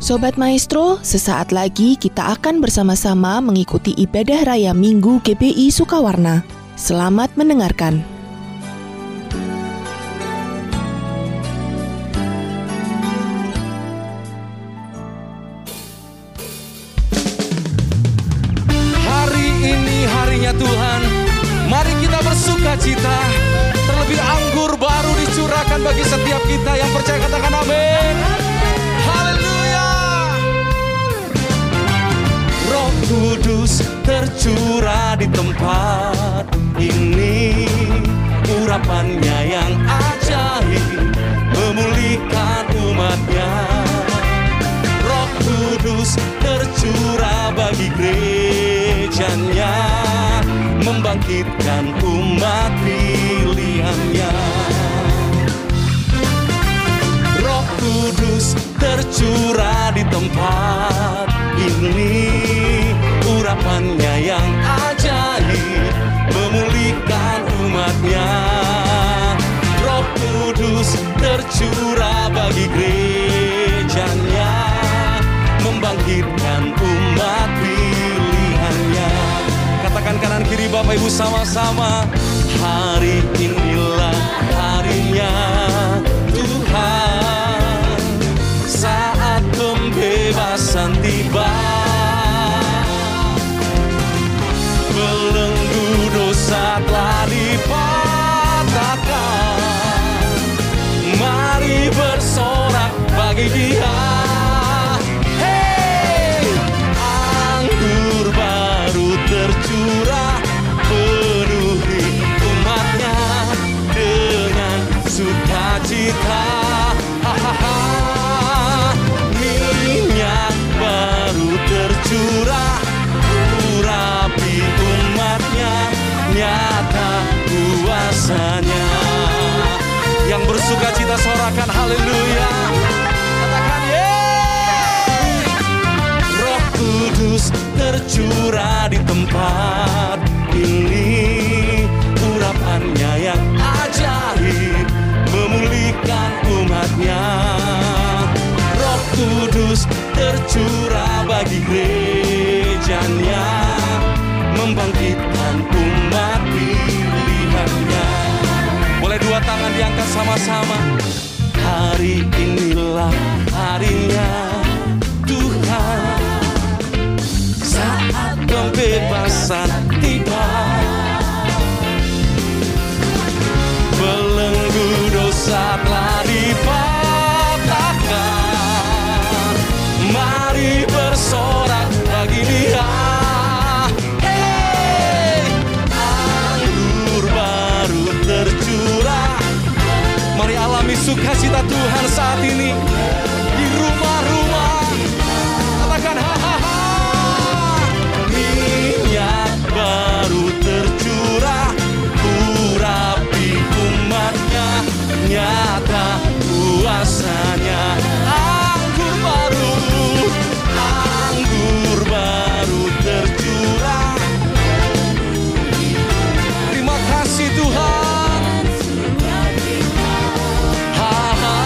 Sobat Maestro, sesaat lagi kita akan bersama-sama mengikuti ibadah raya Minggu GBI Sukawarna. Selamat mendengarkan. Hari ini harinya Tuhan, mari kita bersukacita. Terlebih anggur baru dicurahkan bagi setiap kita yang percaya, katakan amin. Haleluya. Roh Kudus tercurah di tempat ini, urapannya yang ajaib memulihkan umatnya. Roh Kudus tercurah bagi gerejanya, membangkitkan umat pilihannya. Roh Kudus tercurah di tempat ini, urapannya yang ajaib memulihkan umatnya. Roh Kudus tercurah bagi gerejanya, membangkitkan umat pilihannya. Katakan kanan kiri Bapak Ibu sama-sama. Hari inilah harinya Tuhan, saat pembebasan tiba. Belenggu dosa telah dipatahkan, mari bersorak bagi Dia. Hey, anggur baru tercurah, penuhi umatnya dengan sukacita. Minyak baru tercurah, urapi umatnya, nyata kuasanya. Yang bersukacita sorakan haleluya. Katakan yeay. Roh Kudus tercurah di tempat ini, urapannya yang ajaib memulihkan umatnya. Roh Kudus tercurah bagi gerejanya, membangkitkan umat pilihannya. Boleh dua tangan diangkat sama-sama. Hari inilah harinya Tuhan, saat pembebasan tiba. Belenggu dosa telah dipatahkan, mari bersorak bagi Dia. Hey, anggur baru tercurah. Mari alami sukacita Tuhan saat ini di rumah-rumah. Katakan ha-ha-ha. Minyak baru tercurah, urapi umatnya, nyata kuasanya. Anggur baru tercurah. Terima kasih Tuhan. Ha-ha.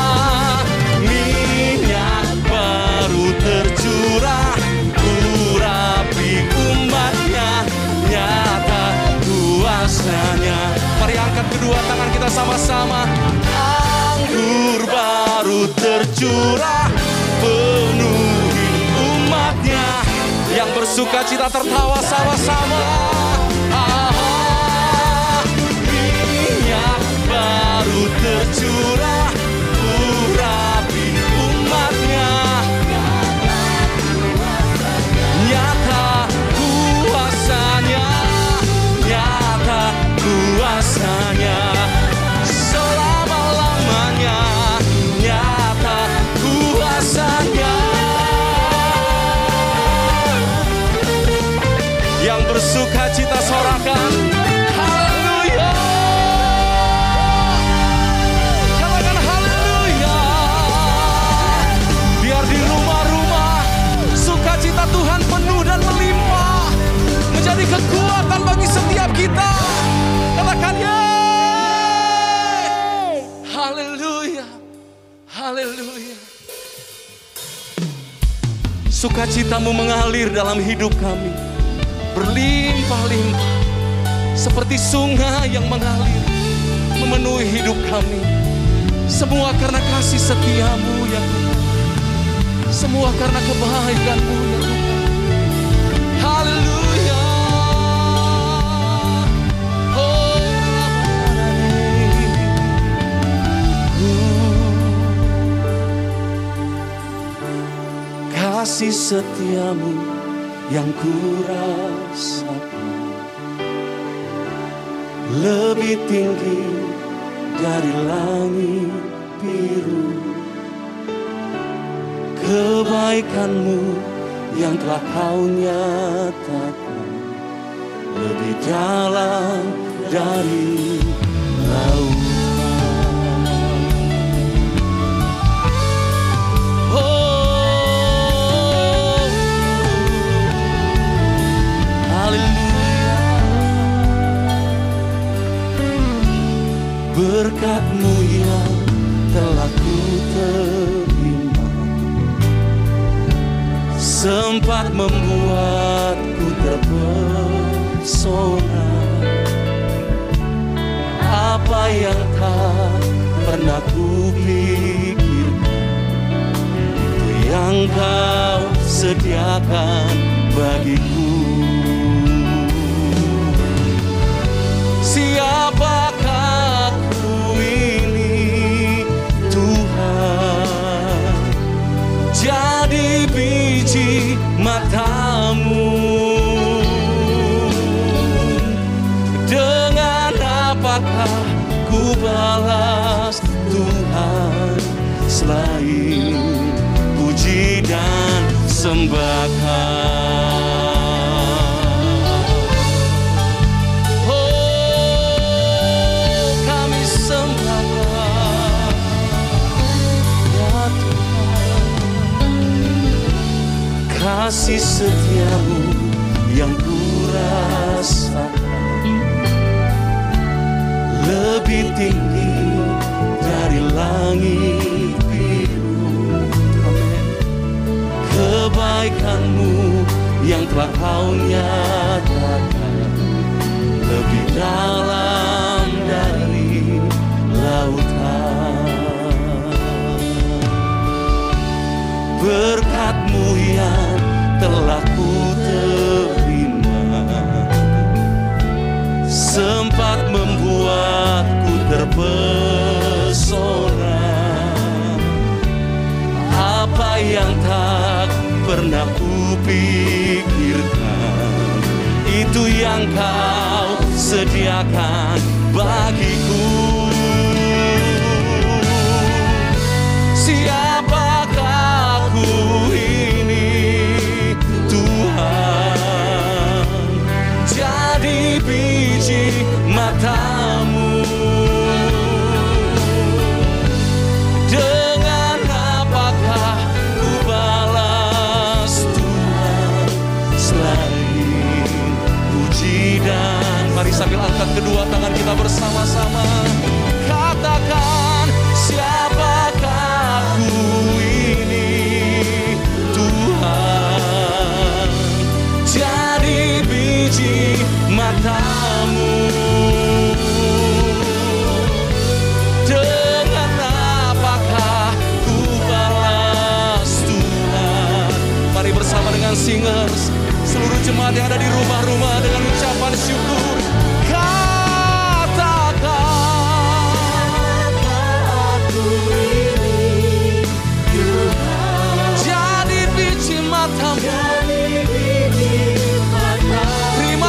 Minyak baru tercurah, urapi umatnya, nyata kuasanya. Mari angkat kedua tangan kita sama-sama. Anggur baru tercurah, penuhi umatnya. Yang bersukacita tertawa sama-sama. Minyak baru tercurah, urapi umatnya, nyata kuasanya, nyata kuasanya. Selama-lamanya nyata kuasanya. Yang bersukacita sorakan haleluya. Katakan haleluya. Biar di rumah-rumah sukacita Tuhan penuh dan melimpah, menjadi kekuatan bagi setiap kita. Katakan yeay. Haleluya. Haleluya. Sukacitamu mengalir dalam hidup kami, berlimpah-limpah, seperti sungai yang mengalir, memenuhi hidup kami. Semua karena kasih setiamu ya Tuhan, semua karena kebaikanmu ya Tuhan. Haleluya. Kasih setiamu yang kurasakan lebih tinggi dari langit biru. Kebaikanmu yang telah kau nyatakan lebih dalam dari lautan. Berkat-Mu yang telah ku terima sempat membuatku terpesona. Apa yang tak pernah ku pikirkan, itu yang Kau sediakan bagiku. Siapakah aku ini Tuhan, jadi biji mata-Mu. Dengan apakah ku balas Tuhan, selain puji dan sembahkan. Kasih setiamu yang kurasakan lebih tinggi dari langit biru. Amin. Kebaikan-Mu yang telah Kau nyatakan lebih dalam dari lautan. Berkat-Mu yang telah ku terima sempat membuatku terpesona. Apa yang tak pernah ku pikirkan, itu yang Kau sediakan bagiku. Siapakah aku ini Tuhan, jadi biji mata-Mu. Dengan apakah ku balas Tuhan, selain puji dan mari sambil angkat kedua tangan kita bersama-sama katakan, siapakah aku ini Tuhan, jadi biji mata-Mu. Dengan apakah ku balas Tuhan. Mari bersama dengan singers, seluruh jemaat yang ada di rumah-rumah dengan ucapan syukur katakan, aku ini Tuhan, jadi biji mata-Mu. Terima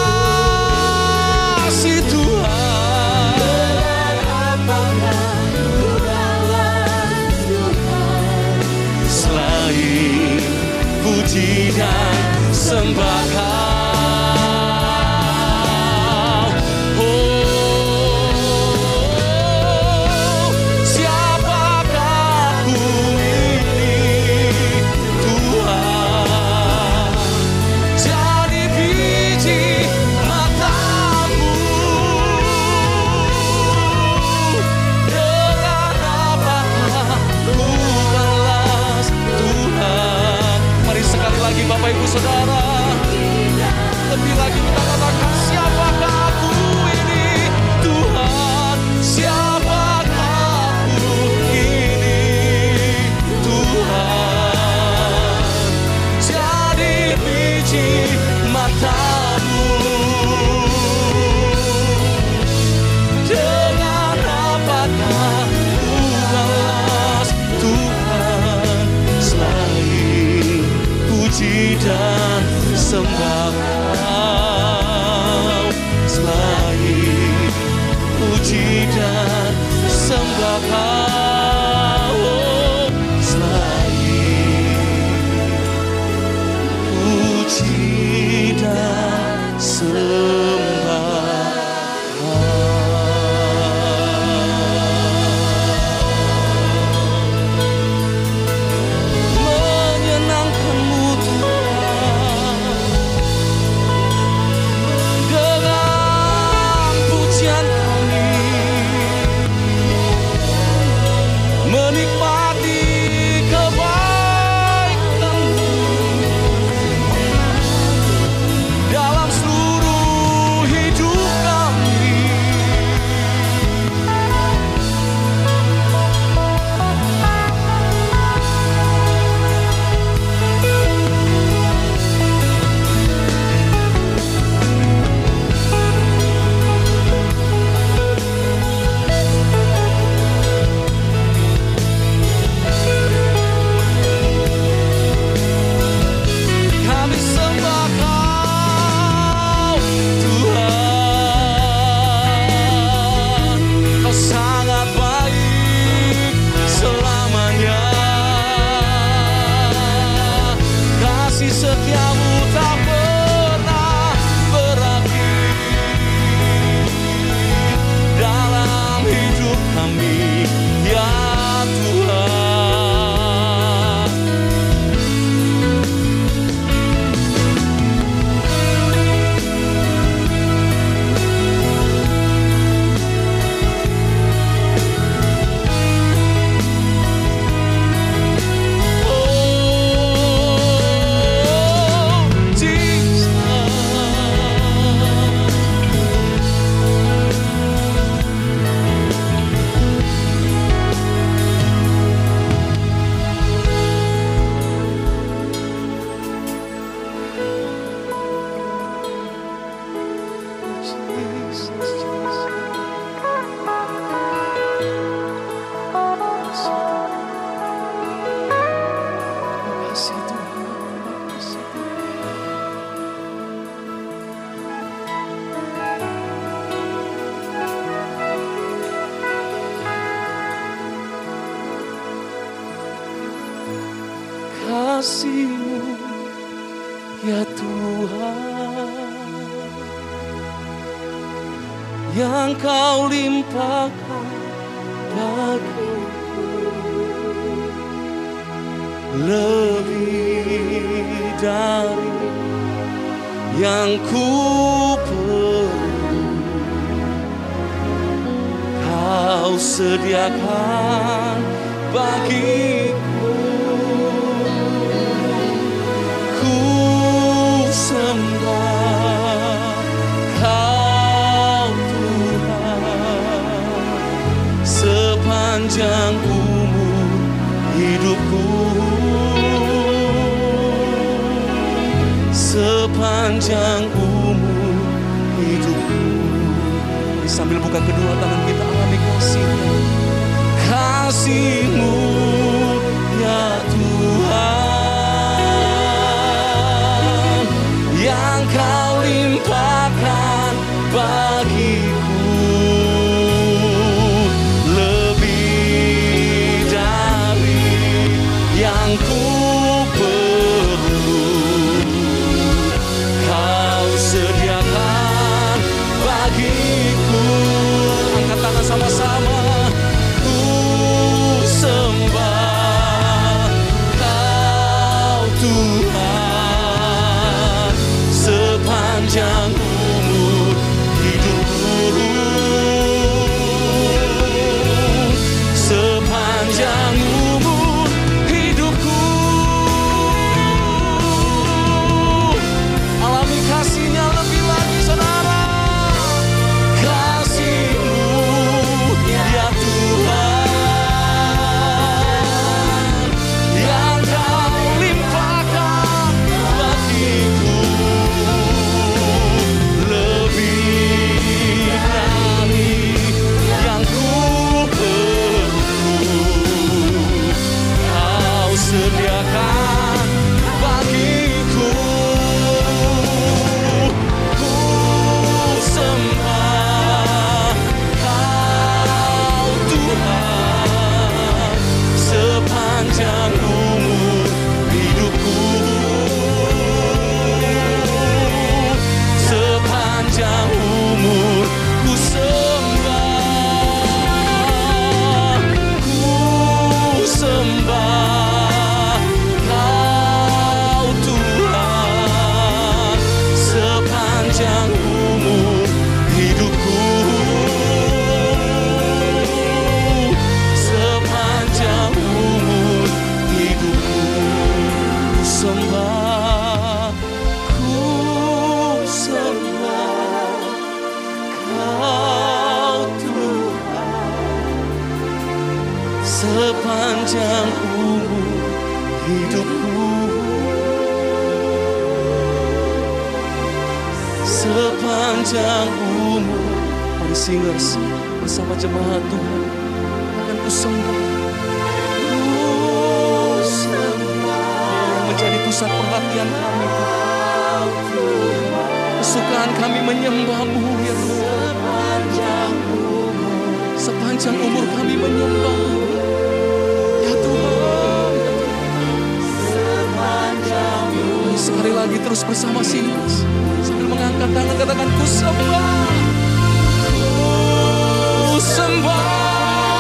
kasih Tuhan. Dengan apakah ku balas Tuhan, selain puji dan sembahkan. kami, ya Tuhan. Kasih-Mu ya Tuhan, yang Kau limpahkan bagiku, lebih dari yang ku perlu. Kau sediakan bagiku. Sembah Kau Tuhan, sepanjang umur hidupku, sepanjang umur hidupku. Sambil buka kedua tangan kita alami kasih-Nya, kasih-Mu ya Tuhan, yang Kau limpahkan bagiku, lebih dari yang ku perlu. Kau sediakan bagiku. Angkat tangan sama-sama. Ku sembah Kau Tuhan, sepanjang umur hidupku, sepanjang umur hidupku. Alami kasih-Nya lebih lagi, saudara. Kasih-Mu ya Tuhan, yang Kau limpahkan bagiku, lebih dari yang ku perlu. Kau sediakan bagiku. Ku sembah Kau Tuhan, sepanjang umur hidupku, sepanjang umur ku sembah, ku sembah Kau Tuhan, sepanjang umur hidupku, sepanjang umur hidupku. Ku sembah, ku sembah Kau Tuhan, sepanjang umur hidupku, sepanjang umur. Mari singers bersama jemaat Tuhan akan ku sembah, ku sembah, yang menjadi pusat perhatian kami. Kesukaan kami menyembah-Mu ya Tuhan, sepanjang umur kami menyembah-Mu ya Tuhan. Sekali lagi terus bersama singers sambil mengangkat tangan, katakan ku sembah, ku sembah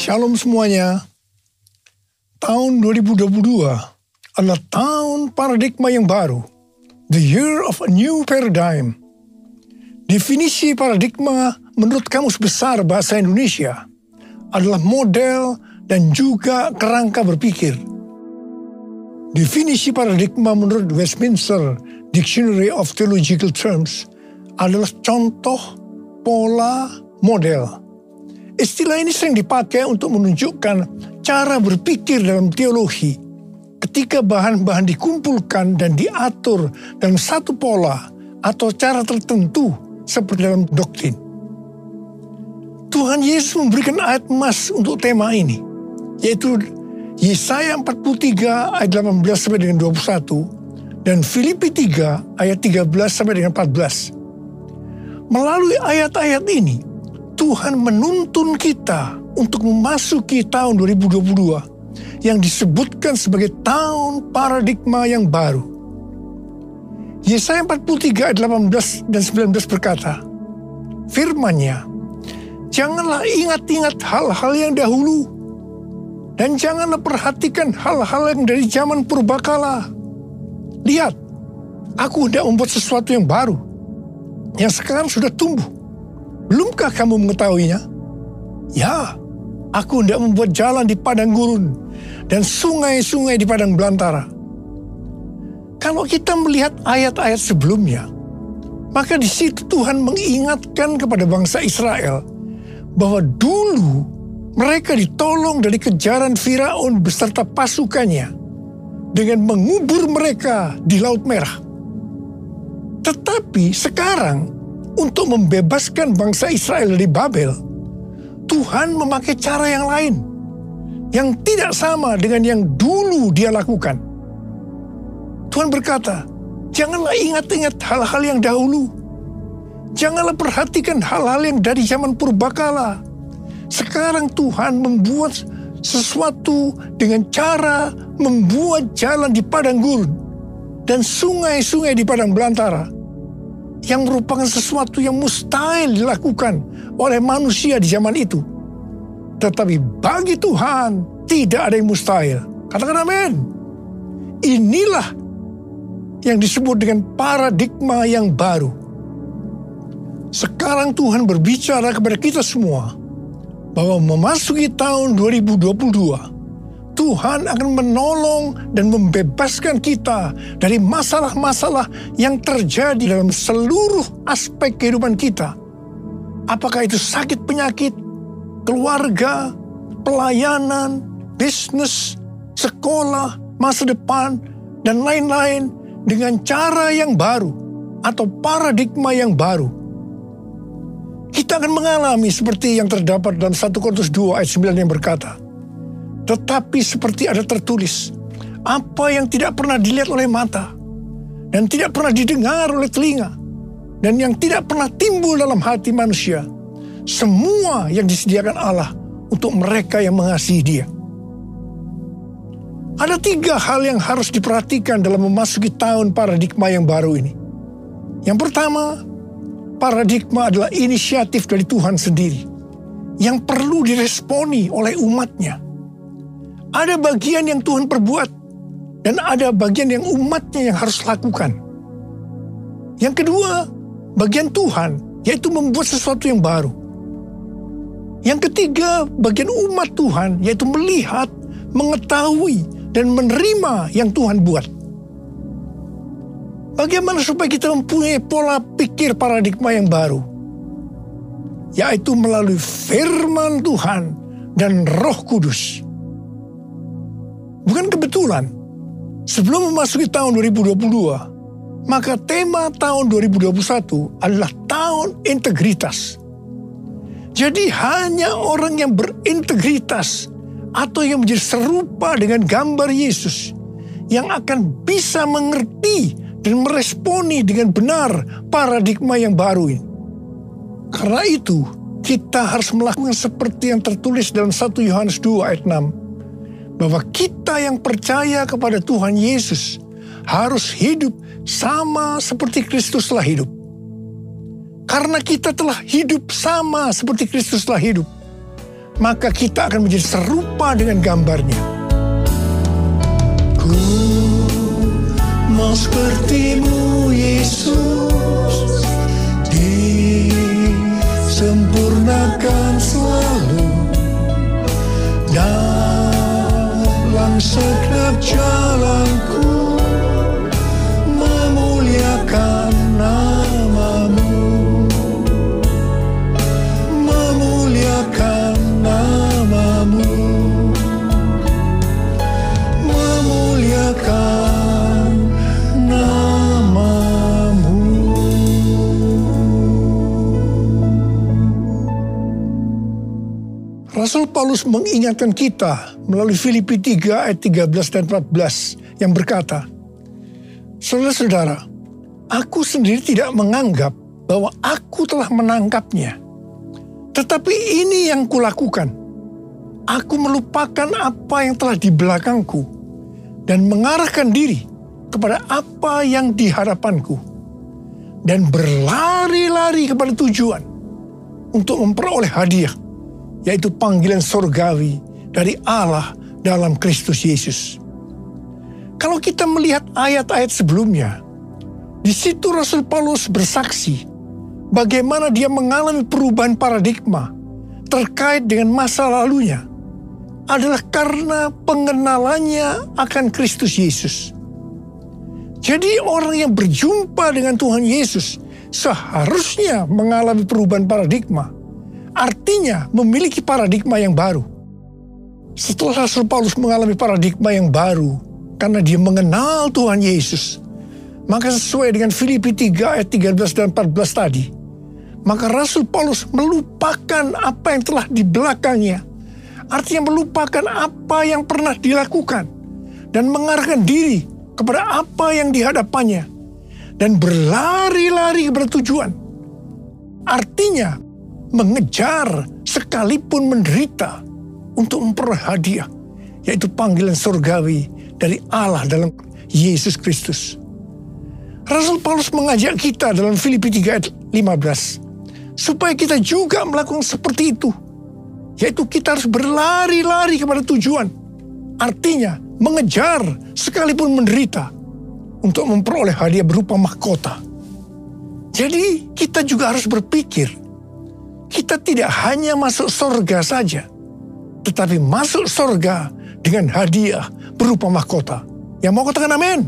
Shalom semuanya. Tahun 2022 adalah tahun paradigma yang baru. The year of a new paradigm. Definisi paradigma menurut Kamus Besar Bahasa Indonesia adalah model dan juga kerangka berpikir. Definisi paradigma menurut Westminster Dictionary of Theological Terms adalah contoh, pola, model. Istilah ini sering dipakai untuk menunjukkan cara berpikir dalam teologi ketika bahan-bahan dikumpulkan dan diatur dalam satu pola atau cara tertentu seperti dalam doktrin. Tuhan Yesus memberikan ayat emas untuk tema ini, yaitu Yesaya 43 ayat 18 sampai dengan 21 dan Filipi 3 ayat 13 sampai dengan 14. Melalui ayat-ayat ini, Tuhan menuntun kita untuk memasuki tahun 2022 yang disebutkan sebagai tahun paradigma yang baru. Yesaya 43 ayat 18 dan 19 berkata, firman-Nya, janganlah ingat-ingat hal-hal yang dahulu, dan janganlah perhatikan hal-hal yang dari zaman purbakala. Lihat, aku hendak membuat sesuatu yang baru, yang sekarang sudah tumbuh. Belumkah kamu mengetahuinya? Ya, aku hendak membuat jalan di padang gurun dan sungai-sungai di padang belantara. Kalau kita melihat ayat-ayat sebelumnya, maka di situ Tuhan mengingatkan kepada bangsa Israel bahwa dulu mereka ditolong dari kejaran Firaun beserta pasukannya dengan mengubur mereka di Laut Merah. Tetapi sekarang, untuk membebaskan bangsa Israel dari Babel, Tuhan memakai cara yang lain, yang tidak sama dengan yang dulu Dia lakukan. Tuhan berkata, janganlah ingat-ingat hal-hal yang dahulu. Janganlah perhatikan hal-hal yang dari zaman purbakala. Sekarang Tuhan membuat sesuatu dengan cara membuat jalan di padang gurun dan sungai-sungai di padang belantara, yang merupakan sesuatu yang mustahil dilakukan oleh manusia di zaman itu. Tetapi bagi Tuhan tidak ada yang mustahil. Katakan amin. Inilah yang disebut dengan paradigma yang baru. Sekarang Tuhan berbicara kepada kita semua bahwa memasuki tahun 2022, Tuhan akan menolong dan membebaskan kita dari masalah-masalah yang terjadi dalam seluruh aspek kehidupan kita. Apakah itu sakit penyakit, keluarga, pelayanan, bisnis, sekolah, masa depan, dan lain-lain dengan cara yang baru atau paradigma yang baru. Kita akan mengalami seperti yang terdapat dalam 1 Korintus 2 ayat 9 yang berkata, tetapi seperti ada tertulis, apa yang tidak pernah dilihat oleh mata, dan tidak pernah didengar oleh telinga, dan yang tidak pernah timbul dalam hati manusia, semua yang disediakan Allah untuk mereka yang mengasihi Dia. Ada 3 hal yang harus diperhatikan dalam memasuki tahun paradigma yang baru ini. Yang pertama, paradigma adalah inisiatif dari Tuhan sendiri, yang perlu diresponi oleh umatnya. Ada bagian yang Tuhan perbuat, dan ada bagian yang umatnya yang harus lakukan. Yang kedua, bagian Tuhan, yaitu membuat sesuatu yang baru. Yang ketiga, bagian umat Tuhan, yaitu melihat, mengetahui, dan menerima yang Tuhan buat. Bagaimana supaya kita mempunyai pola pikir paradigma yang baru? Yaitu melalui firman Tuhan dan Roh Kudus. Bukan kebetulan, sebelum memasuki tahun 2022, maka tema tahun 2021 adalah tahun integritas. Jadi hanya orang yang berintegritas atau yang menjadi serupa dengan gambar Yesus yang akan bisa mengerti dan meresponi dengan benar paradigma yang baru ini. Karena itu, kita harus melakukan seperti yang tertulis dalam 1 Yohanes 2 ayat 6. Bahwa kita yang percaya kepada Tuhan Yesus harus hidup sama seperti Kristus telah hidup. Karena kita telah hidup sama seperti Kristus telah hidup, maka kita akan menjadi serupa dengan gambarnya. Ku mau seperti-Mu Yesus, disempurnakan selalu dalam segenap jalanku, memuliakan nama-Mu, memuliakan nama-Mu, memuliakan nama-Mu. Rasul Paulus mengingatkan kita melalui Filipi 3 ayat 13 dan 14 yang berkata, saudara-saudara, aku sendiri tidak menganggap bahwa aku telah menangkapnya. Tetapi ini yang kulakukan. Aku melupakan apa yang telah di belakangku dan mengarahkan diri kepada apa yang di hadapanku dan berlari-lari kepada tujuan untuk memperoleh hadiah, yaitu panggilan surgawi dari Allah dalam Kristus Yesus. Kalau kita melihat ayat-ayat sebelumnya, di situ Rasul Paulus bersaksi bagaimana dia mengalami perubahan paradigma terkait dengan masa lalunya adalah karena pengenalannya akan Kristus Yesus. Jadi orang yang berjumpa dengan Tuhan Yesus seharusnya mengalami perubahan paradigma, artinya memiliki paradigma yang baru. Setelah Rasul Paulus mengalami paradigma yang baru karena dia mengenal Tuhan Yesus, maka sesuai dengan Filipi 3 ayat 13 dan 14 tadi, maka Rasul Paulus melupakan apa yang telah di belakangnya, artinya melupakan apa yang pernah dilakukan dan mengarahkan diri kepada apa yang di hadapannya dan berlari-lari kepada tujuan, artinya mengejar sekalipun menderita untuk memperoleh hadiah, yaitu panggilan surgawi dari Allah dalam Yesus Kristus. Rasul Paulus mengajak kita dalam Filipi 3 ayat 15 supaya kita juga melakukan seperti itu, yaitu kita harus berlari-lari kepada tujuan, artinya mengejar sekalipun menderita untuk memperoleh hadiah berupa mahkota. Jadi kita juga harus berpikir, kita tidak hanya masuk surga saja, tetapi masuk surga dengan hadiah berupa mahkota. Yang mau katakan amin?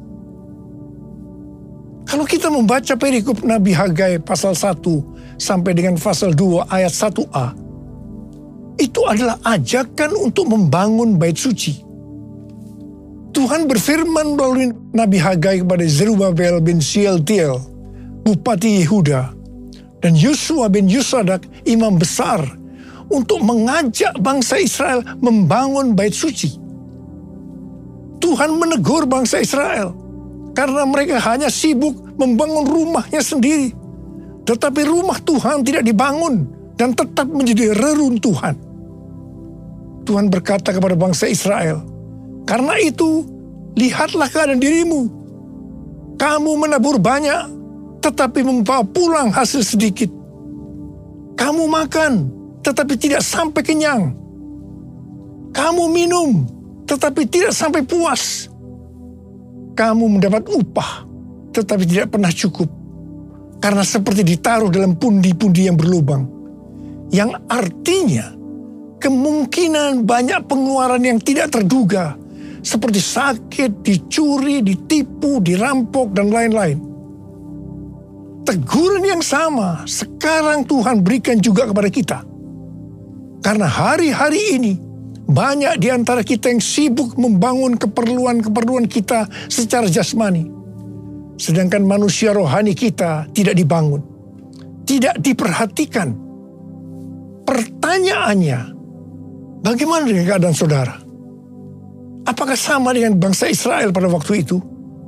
Kalau kita membaca perikop Nabi Hagai pasal 1 sampai dengan pasal 2 ayat 1a, itu adalah ajakan untuk membangun bait suci. Tuhan berfirman melalui Nabi Hagai kepada Zerubabel bin Shealtiel, Bupati Yehuda, dan Yosua bin Yosadak, imam besar, untuk mengajak bangsa Israel membangun bait suci. Tuhan menegur bangsa Israel karena mereka hanya sibuk membangun rumahnya sendiri, tetapi rumah Tuhan tidak dibangun dan tetap menjadi reruntuhan. Tuhan berkata kepada bangsa Israel, karena itu lihatlah keadaan dirimu. Kamu menabur banyak, tetapi membawa pulang hasil sedikit. Kamu makan, tetapi tidak sampai kenyang. Kamu minum, tetapi tidak sampai puas. Kamu mendapat upah, tetapi tidak pernah cukup. Karena seperti ditaruh dalam pundi-pundi yang berlubang. Yang artinya, kemungkinan banyak pengeluaran yang tidak terduga, seperti sakit, dicuri, ditipu, dirampok, dan lain-lain. Teguran yang sama sekarang Tuhan berikan juga kepada kita. Karena hari-hari ini banyak di antara kita yang sibuk membangun keperluan-keperluan kita secara jasmani. Sedangkan manusia rohani kita tidak dibangun, tidak diperhatikan. Pertanyaannya, bagaimana dengan keadaan saudara? Apakah sama dengan bangsa Israel pada waktu itu?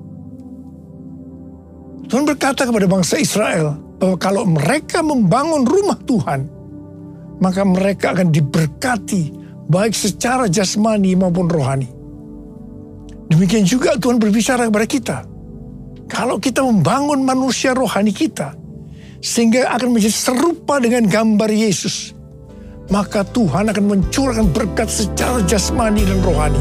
Tuhan berkata kepada bangsa Israel bahwa kalau mereka membangun rumah Tuhan, maka mereka akan diberkati baik secara jasmani maupun rohani. Demikian juga Tuhan berbicara kepada kita. Kalau kita membangun manusia rohani kita, sehingga akan menjadi serupa dengan gambar Yesus, maka Tuhan akan mencurahkan berkat secara jasmani dan rohani.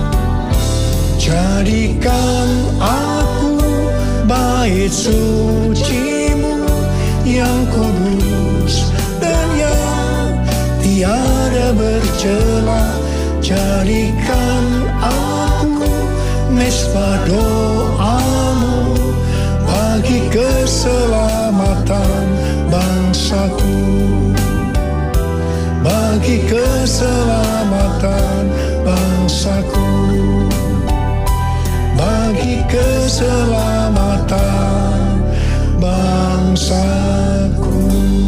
Jadikan aku bait suci-Mu yang kudus dan yang tiada bercela. Jadikan aku mesbah doa-Mu bagi keselamatan bangsaku, bagi keselamatan bangsaku, bagi keselamatan bangsaku.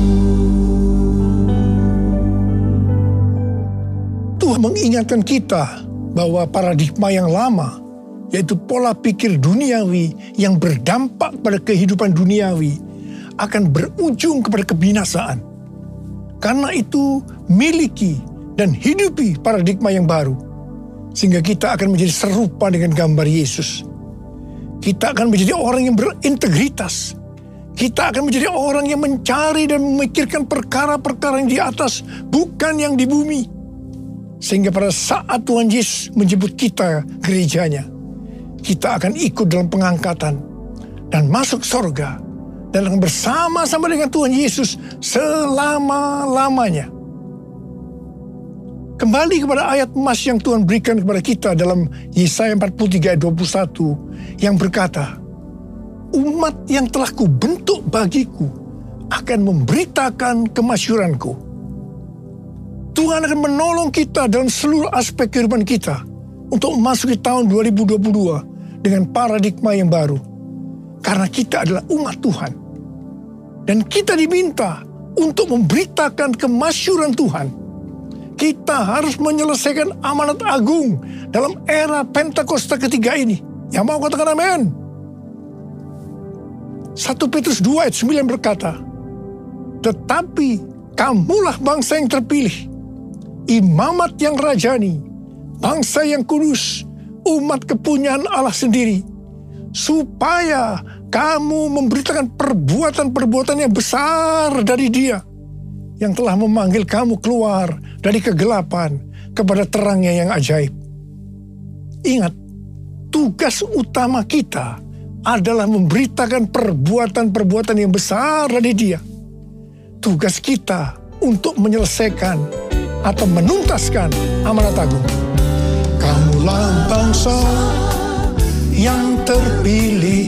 Tuhan mengingatkan kita bahwa paradigma yang lama, yaitu pola pikir duniawi yang berdampak pada kehidupan duniawi, akan berujung kepada kebinasaan. Karena itu, miliki dan hidupi paradigma yang baru, sehingga kita akan menjadi serupa dengan gambar Yesus. Kita akan menjadi orang yang berintegritas. Kita akan menjadi orang yang mencari dan memikirkan perkara-perkara yang di atas, bukan yang di bumi. Sehingga pada saat Tuhan Yesus menjemput kita gerejanya, kita akan ikut dalam pengangkatan dan masuk surga dan akan bersama-sama dengan Tuhan Yesus selama-lamanya. Kembali kepada ayat emas yang Tuhan berikan kepada kita dalam Yesaya 43 ayat 21 yang berkata, umat yang telah kubentuk bagiku akan memberitakan kemasyuranku. Tuhan akan menolong kita dalam seluruh aspek kehidupan kita untuk memasuki tahun 2022 dengan paradigma yang baru. Karena kita adalah umat Tuhan. Dan kita diminta untuk memberitakan kemasyuran Tuhan. Kita harus menyelesaikan amanat agung dalam era Pentakosta ketiga ini. Yang mau katakan amin? 1 Petrus 2 ayat 9 berkata, tetapi kamulah bangsa yang terpilih, imamat yang rajani, bangsa yang kudus, umat kepunyaan Allah sendiri, supaya kamu memberitakan perbuatan-perbuatan yang besar dari Dia yang telah memanggil kamu keluar dari kegelapan kepada terangnya yang ajaib. Ingat, tugas utama kita adalah memberitakan perbuatan-perbuatan yang besar dari Dia. Tugas kita untuk menyelesaikan atau menuntaskan amanat agung. Kamulah bangsa yang terpilih,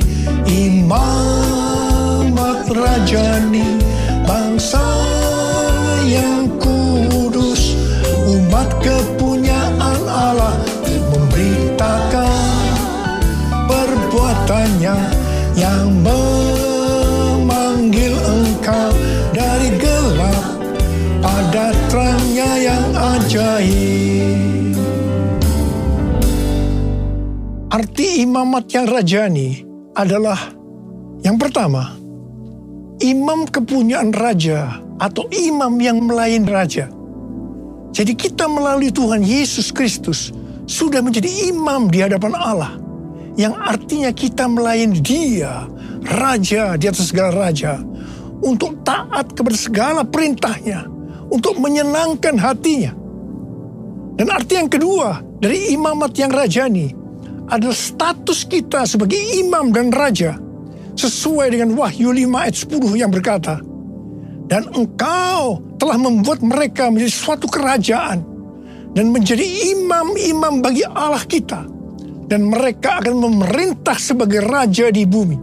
imamat rajani, bangsa yang kudus, umat kepunyaan Allah, memberitakan perbuatannya yang memanggil engkau dari gelap pada terangnya yang ajaib. Arti imamat yang rajani adalah yang pertama, imam kepunyaan raja atau imam yang melayani raja. Jadi kita melalui Tuhan Yesus Kristus sudah menjadi imam di hadapan Allah, yang artinya kita melayani Dia, Raja di atas segala raja, untuk taat kepada segala perintahnya, untuk menyenangkan hatinya. Dan arti yang kedua dari imamat yang rajani adalah status kita sebagai imam dan raja, sesuai dengan Wahyu 5 ayat 10 yang berkata, dan engkau telah membuat mereka menjadi suatu kerajaan dan menjadi imam-imam bagi Allah kita, dan mereka akan memerintah sebagai raja di bumi.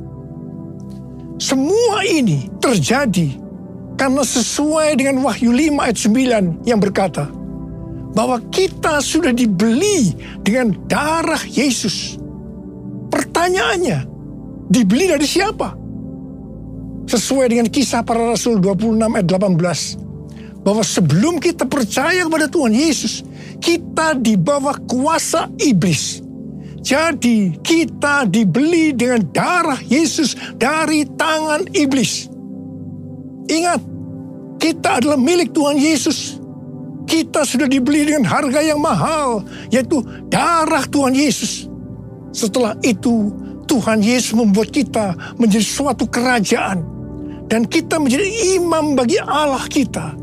Semua ini terjadi karena sesuai dengan Wahyu 5 ayat 9 yang berkata bahwa kita sudah dibeli dengan darah Yesus. Pertanyaannya, dibeli dari siapa? Sesuai dengan Kisah Para Rasul 26 ayat 18, bahwa sebelum kita percaya kepada Tuhan Yesus, kita di bawah kuasa iblis. Jadi kita dibeli dengan darah Yesus dari tangan iblis. Ingat, kita adalah milik Tuhan Yesus. Kita sudah dibeli dengan harga yang mahal, yaitu darah Tuhan Yesus. Setelah itu, Tuhan Yesus membuat kita menjadi suatu kerajaan. Dan kita menjadi imam bagi Allah kita.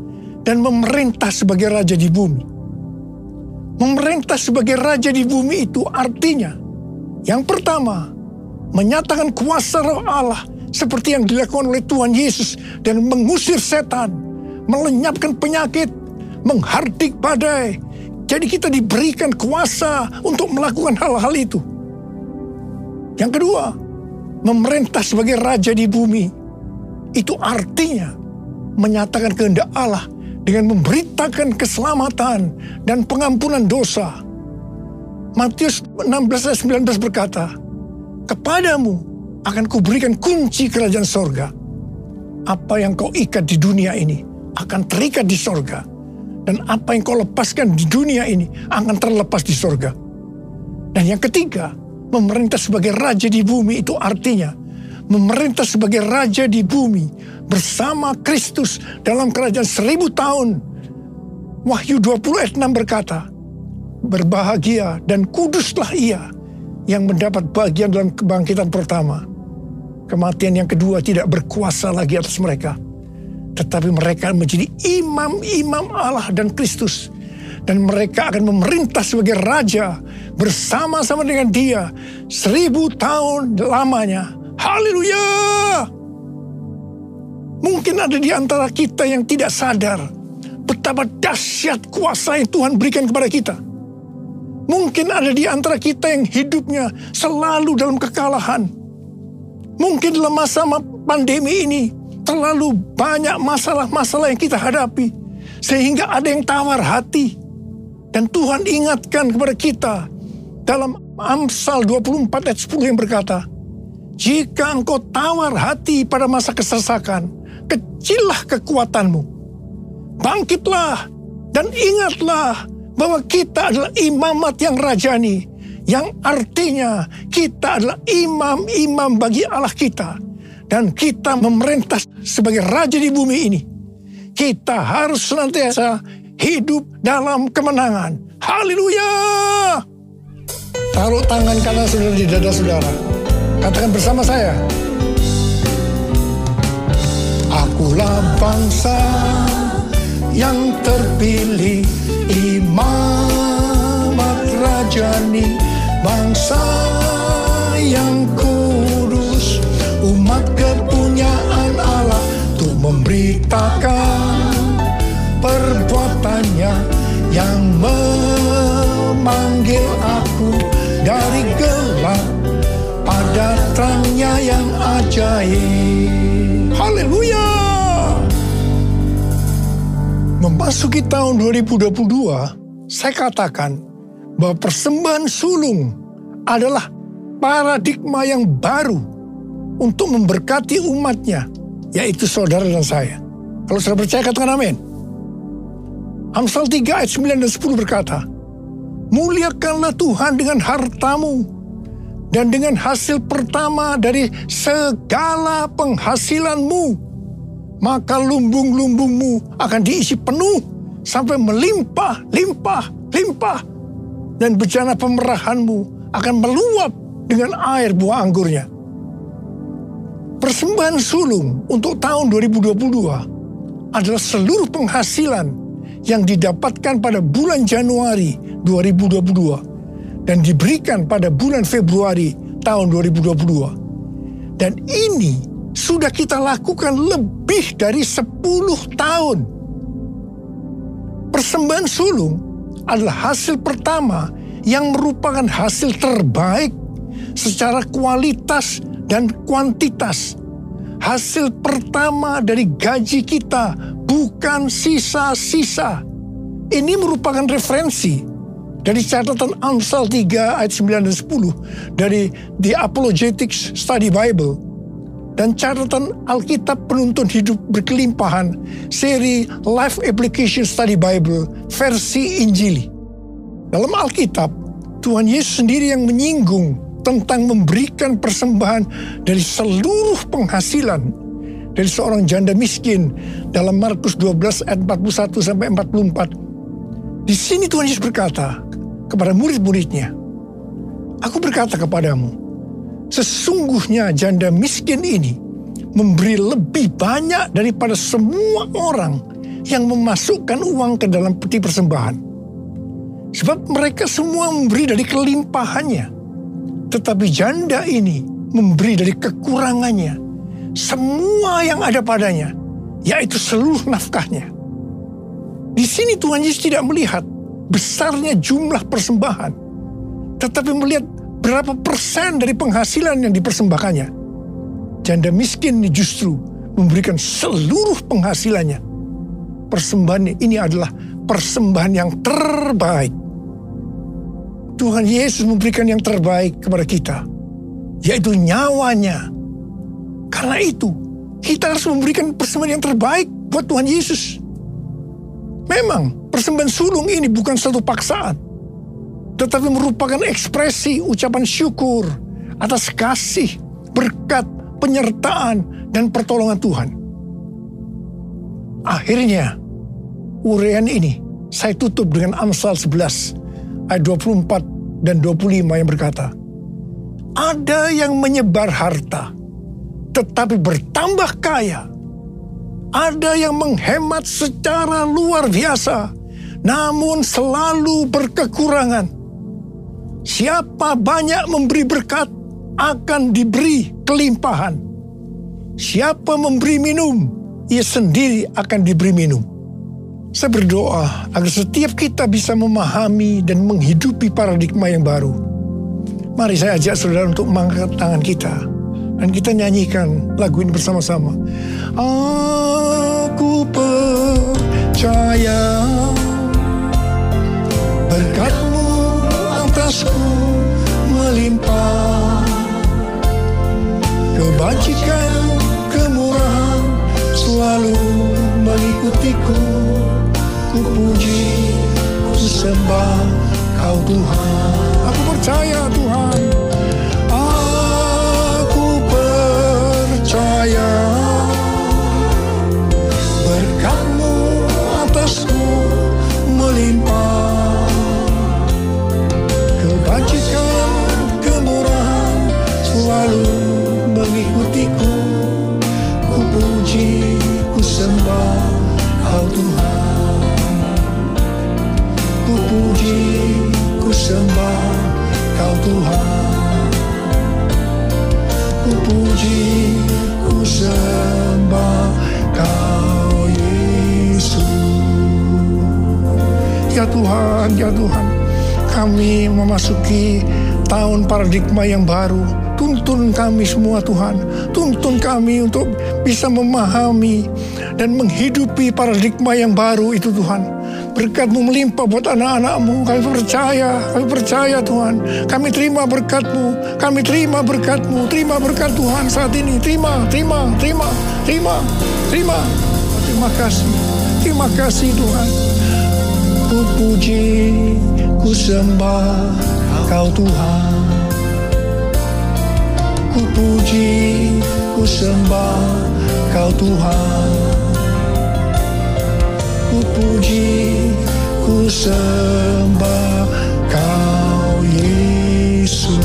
dan memerintah sebagai raja di bumi. Memerintah sebagai raja di bumi itu artinya, yang pertama, menyatakan kuasa Roh Allah seperti yang dilakukan oleh Tuhan Yesus dan mengusir setan, melenyapkan penyakit, menghardik badai. Jadi kita diberikan kuasa untuk melakukan hal-hal itu. Yang kedua, memerintah sebagai raja di bumi. Itu artinya menyatakan kehendak Allah dengan memberitakan keselamatan dan pengampunan dosa. Matius 16 ayat 19 berkata, "Kepadamu akan kuberikan kunci kerajaan sorga. Apa yang kau ikat di dunia ini akan terikat di sorga. Dan apa yang kau lepaskan di dunia ini akan terlepas di sorga." Dan yang ketiga, memerintah sebagai raja di bumi itu artinya memerintah sebagai raja di bumi bersama Kristus dalam kerajaan 1000 tahun. Wahyu 20 ayat 6 berkata, "Berbahagia dan kuduslah ia yang mendapat bagian dalam kebangkitan pertama. Kematian yang kedua tidak berkuasa lagi atas mereka. Tetapi mereka menjadi imam-imam Allah dan Kristus. Dan mereka akan memerintah sebagai raja bersama-sama dengan dia 1000 tahun lamanya." Haleluya! Mungkin ada di antara kita yang tidak sadar betapa dahsyat kuasa yang Tuhan berikan kepada kita. Mungkin ada di antara kita yang hidupnya selalu dalam kekalahan. Mungkin dalam masa pandemi ini terlalu banyak masalah-masalah yang kita hadapi, sehingga ada yang tawar hati. Dan Tuhan ingatkan kepada kita dalam Amsal 24 ayat 10 yang berkata, "Jika engkau tawar hati pada masa kesesakan, kecillah kekuatanmu. Bangkitlah dan ingatlah bahwa kita adalah imamat yang rajani, yang artinya kita adalah imam-imam bagi Allah kita. Dan kita memerintah sebagai raja di bumi ini. Kita harus senantiasa hidup dalam kemenangan." Haleluya! Taruh tangan kanan saudara di dada saudara. Katakan bersama saya, "Akulah bangsa yang terpilih, imamat rajani, bangsa yang kudus, umat kepunyaan Allah, untuk memberitakan perbuatannya yang memanggil aku dari gelap pada terangnya yang ajaib." Haleluya! Memasuki tahun 2022, saya katakan bahwa persembahan sulung adalah paradigma yang baru untuk memberkati umatnya, yaitu saudara dan saya. Kalau saudara percaya, katakan amin. Amsal 3 ayat 9 dan 10 berkata, "Muliakanlah Tuhan dengan hartamu dan dengan hasil pertama dari segala penghasilanmu. Maka lumbung-lumbungmu akan diisi penuh sampai melimpah, limpah, limpah. Dan bejana pemerahanmu akan meluap dengan air buah anggurnya." Persembahan sulung untuk tahun 2022 adalah seluruh penghasilan yang didapatkan pada bulan Januari 2022 dan diberikan pada bulan Februari tahun 2022. Dan ini sudah kita lakukan lebih dari 10 tahun. Persembahan sulung adalah hasil pertama yang merupakan hasil terbaik secara kualitas dan kuantitas. Hasil pertama dari gaji kita, bukan sisa-sisa. Ini merupakan referensi dari catatan Amsal 3 ayat 9 dan 10 dari The Apologetics Study Bible dan catatan Alkitab Penuntun Hidup Berkelimpahan seri Life Application Study Bible versi Injili. Dalam Alkitab, Tuhan Yesus sendiri yang menyinggung tentang memberikan persembahan dari seluruh penghasilan dari seorang janda miskin dalam Markus 12 ayat 41 sampai 44. Di sini Tuhan Yesus berkata kepada murid-muridnya, "Aku berkata kepadamu, sesungguhnya janda miskin ini memberi lebih banyak daripada semua orang yang memasukkan uang ke dalam peti persembahan. Sebab mereka semua memberi dari kelimpahannya. Tetapi janda ini memberi dari kekurangannya. Semua yang ada padanya, yaitu seluruh nafkahnya. Di sini Tuhan Yesus tidak melihat besarnya jumlah persembahan, tetapi melihat berapa persen dari penghasilan yang dipersembahkannya. Janda miskin ini justru memberikan seluruh penghasilannya. Persembahan ini adalah persembahan yang terbaik. Tuhan Yesus memberikan yang terbaik kepada kita, yaitu nyawanya. Karena itu, kita harus memberikan persembahan yang terbaik buat Tuhan Yesus. Memang, persembahan sulung ini bukan satu paksaan, tetapi merupakan ekspresi ucapan syukur atas kasih, berkat, penyertaan, dan pertolongan Tuhan. Akhirnya, uraian ini saya tutup dengan Amsal 11 ayat 24 dan 25 yang berkata, ada yang menyebar harta, tetapi bertambah kaya. Ada yang menghemat secara luar biasa, namun selalu berkekurangan. Siapa banyak memberi berkat, akan diberi kelimpahan. Siapa memberi minum, ia sendiri akan diberi minum. Saya berdoa agar setiap kita bisa memahami dan menghidupi paradigma yang baru. Mari saya ajak saudara untuk mengangkat tangan kita, dan kita nyanyikan lagu ini bersama-sama. Aku percaya berkat-Mu atasku melimpah, kebajikan, kemurahan selalu mengikutiku. Ku puji, ku sembah Kau Tuhan. Aku percaya Tuhan. Aku percaya berkat-Mu atasku melimpah, kebajikan, kemurahan selalu mengikutiku. Ku puji, ku sembah Kau Tuhan. Ku puji, ku sembah Kau Tuhan. Ku puji, ku sembah Kau Yesus. Ya Tuhan, ya Tuhan, kami memasuki tahun paradigma yang baru. Tuntun kami semua Tuhan, tuntun kami untuk bisa memahami dan menghidupi paradigma yang baru itu Tuhan. Berkat-Mu melimpah buat anak-anak-Mu. Kami percaya Tuhan. Kami terima berkat-Mu, kami terima berkat-Mu. Terima berkat Tuhan saat ini. Terima. Terima kasih Tuhan. Ku puji, ku sembah Kau Tuhan. Ku puji, ku sembah Kau Tuhan. Ku puji, ku sembah Kau Yesus.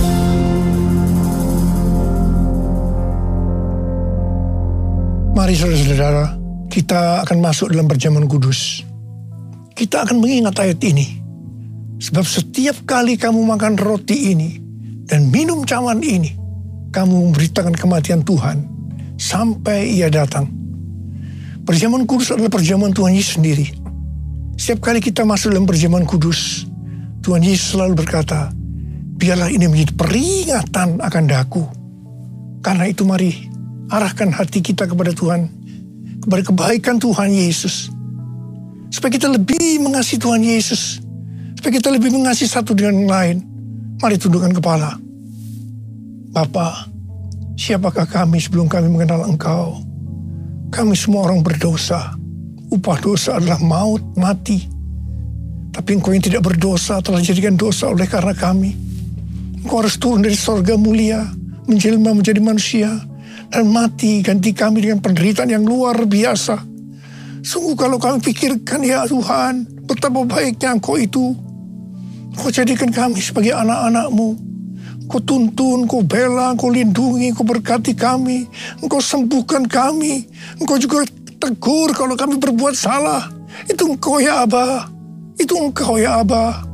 Mari saudara-saudara, kita akan masuk dalam perjamuan kudus. Kita akan mengingat ayat ini. Sebab setiap kali kamu makan roti ini dan minum cawan ini, kamu memberitakan kematian Tuhan sampai Ia datang. Perjamuan kudus adalah perjamuan Tuhan Yesus sendiri. Setiap kali kita masuk dalam perjamuan kudus, Tuhan Yesus selalu berkata, biarlah ini menjadi peringatan akan daku. Karena itu mari arahkan hati kita kepada Tuhan, kepada kebaikan Tuhan Yesus. Supaya kita lebih mengasihi Tuhan Yesus. Supaya kita lebih mengasihi satu dengan yang lain. Mari tundukkan kepala. Bapa, siapakah kami sebelum kami mengenal Engkau? Kami semua orang berdosa. Upah dosa adalah maut, mati. Tapi Engkau yang tidak berdosa telah dijadikan dosa oleh karena kami. Engkau harus turun dari sorga mulia, menjelma menjadi manusia, dan mati ganti kami dengan penderitaan yang luar biasa. Sungguh kalau kami pikirkan, ya Tuhan, betapa baiknya Engkau itu. Engkau jadikan kami sebagai anak-anak-Mu. Engkau tuntun, Engkau bela, Engkau lindungi, Engkau berkati kami. Engkau sembuhkan kami. Engkau juga tegur kalau kami berbuat salah. Itu Engkau ya Aba. Itu Engkau ya Aba.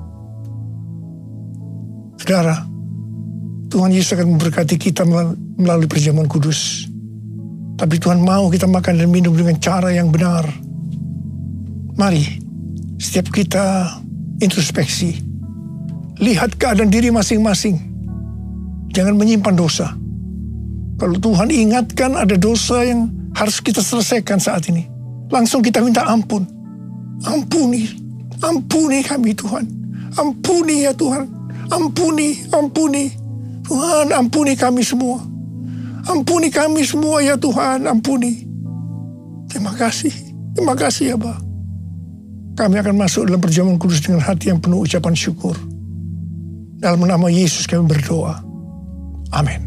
Saudara, Tuhan Yesus akan memberkati kita melalui perjamuan kudus. Tapi Tuhan mau kita makan dan minum dengan cara yang benar. Mari, setiap kita introspeksi. Lihat keadaan diri masing-masing. Jangan menyimpan dosa. Kalau Tuhan ingatkan ada dosa yang harus kita selesaikan saat ini, langsung kita minta ampun. Ampuni kami Tuhan. Ampuni ya Tuhan. Ampuni. Tuhan, ampuni kami semua. Ampuni kami semua ya Tuhan, ampuni. Terima kasih ya Bapa. Kami akan masuk dalam perjamuan kudus dengan hati yang penuh ucapan syukur. Dalam nama Yesus kami berdoa. Amin.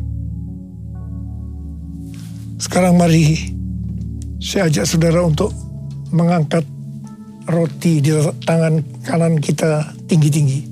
Sekarang mari saya ajak saudara untuk mengangkat roti di tangan kanan kita tinggi-tinggi.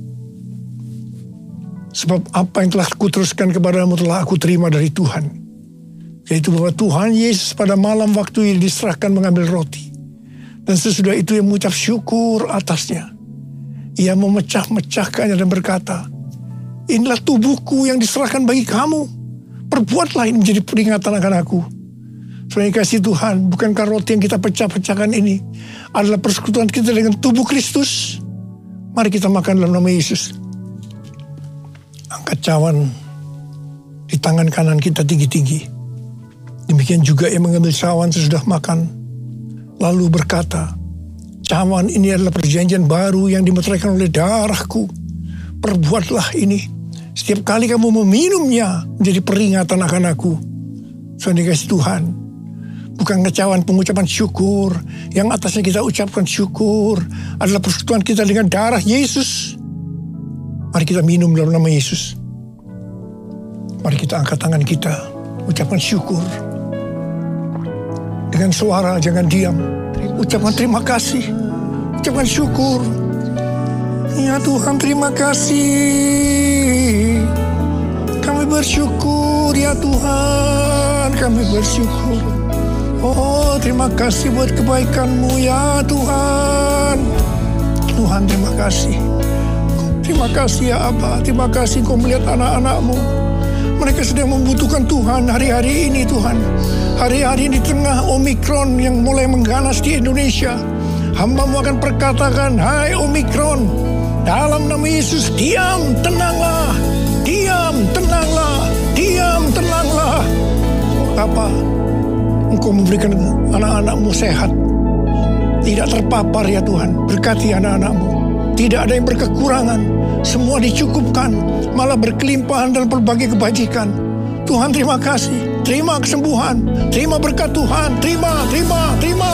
Sebab apa yang telah kuteruskan kepadamu telah aku terima dari Tuhan. Yaitu bahwa Tuhan Yesus pada malam waktu ini diserahkan mengambil roti. Dan sesudah itu ia mengucap syukur atasnya. Ia memecah-mecahkannya dan berkata, inilah tubuhku yang diserahkan bagi kamu. Perbuatlah ini menjadi peringatan akan aku. Saudara kasih Tuhan, bukankah roti yang kita pecah-pecahkan ini adalah persekutuan kita dengan tubuh Kristus? Mari kita makan dalam nama Yesus. Angkat cawan di tangan kanan kita tinggi-tinggi. Demikian juga ia mengambil cawan sesudah makan. Lalu berkata, cawan ini adalah perjanjian baru yang dimeteraikan oleh darahku. Perbuatlah ini. Setiap kali kamu meminumnya menjadi peringatan akan aku. Saudara kasih Tuhan. Bukan kecawan pengucapan syukur. Yang atasnya kita ucapkan syukur. Adalah persekutuan kita dengan darah Yesus. Mari kita minum dalam nama Yesus. Mari kita angkat tangan kita. Ucapkan syukur. Dengan suara, jangan diam. Ucapkan terima kasih. Ucapkan syukur. Ya Tuhan, terima kasih. Kami bersyukur ya Tuhan. Kami bersyukur. Oh, terima kasih buat kebaikan-Mu ya Tuhan. Tuhan, terima kasih. Terima kasih ya Aba. Terima kasih Kau melihat anak-anak-Mu. Mereka sedang membutuhkan Tuhan hari-hari ini Tuhan. Hari-hari di tengah Omikron yang mulai mengganas di Indonesia. Hamba-Mu akan perkatakan, hai Omikron, dalam nama Yesus, diam, tenanglah. Diam, tenanglah. Diam, tenanglah. Bapa, Engkau memberikan anak-anak-Mu sehat. Tidak terpapar ya Tuhan. Berkati anak-anak-Mu. Tidak ada yang berkekurangan. Semua dicukupkan. Malah berkelimpahan dalam berbagai kebajikan. Tuhan terima kasih. Terima kesembuhan. Terima berkat Tuhan. Terima. Terima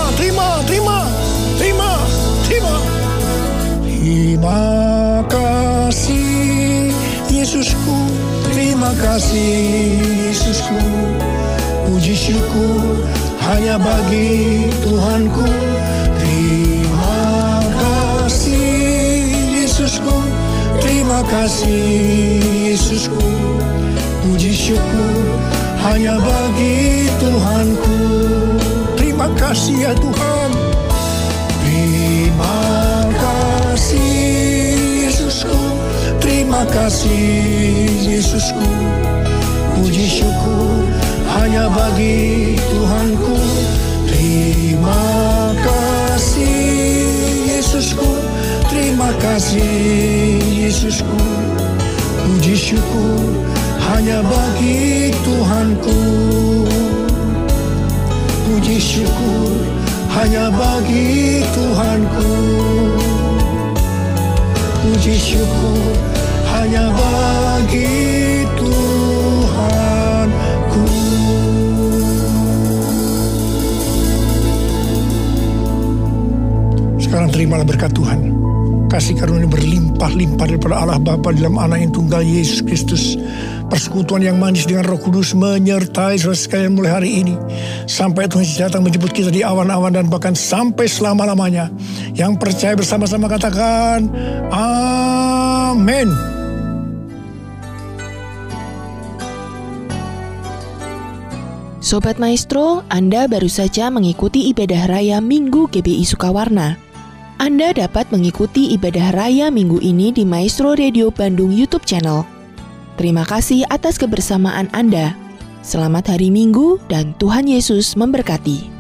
kasih Yesusku. Terima kasih Yesusku. Puji syukur hanya bagi Tuhanku. Terima kasih Yesusku. Terima kasih Yesusku. Puji syukur hanya bagi Tuhanku. Terima kasih ya Tuhan. Terima kasih Yesusku. Terima kasih Yesusku. Puji syukur hanya bagi Tuhanku. Terima kasih Yesusku. Terima kasih Yesusku. Puji syukur hanya bagi Tuhanku. Puji syukur hanya bagi Tuhanku. Puji syukur hanya bagi Tuhanku. Sekarang terimalah berkat Tuhan. Kasih karunia berlimpah-limpah daripada Allah Bapa dalam Anak yang tunggal Yesus Kristus. Persekutuan yang manis dengan Roh Kudus menyertai saudara sekalian mulai hari ini. Sampai Tuhan Yesus datang menjemput kita di awan-awan dan bahkan sampai selama-lamanya. Yang percaya bersama-sama katakan, amin. Sobat Maestro, Anda baru saja mengikuti ibadah raya Minggu GBI Sukawarna. Anda dapat mengikuti ibadah raya Minggu ini di Maestro Radio Bandung YouTube channel. Terima kasih atas kebersamaan Anda. Selamat hari Minggu dan Tuhan Yesus memberkati.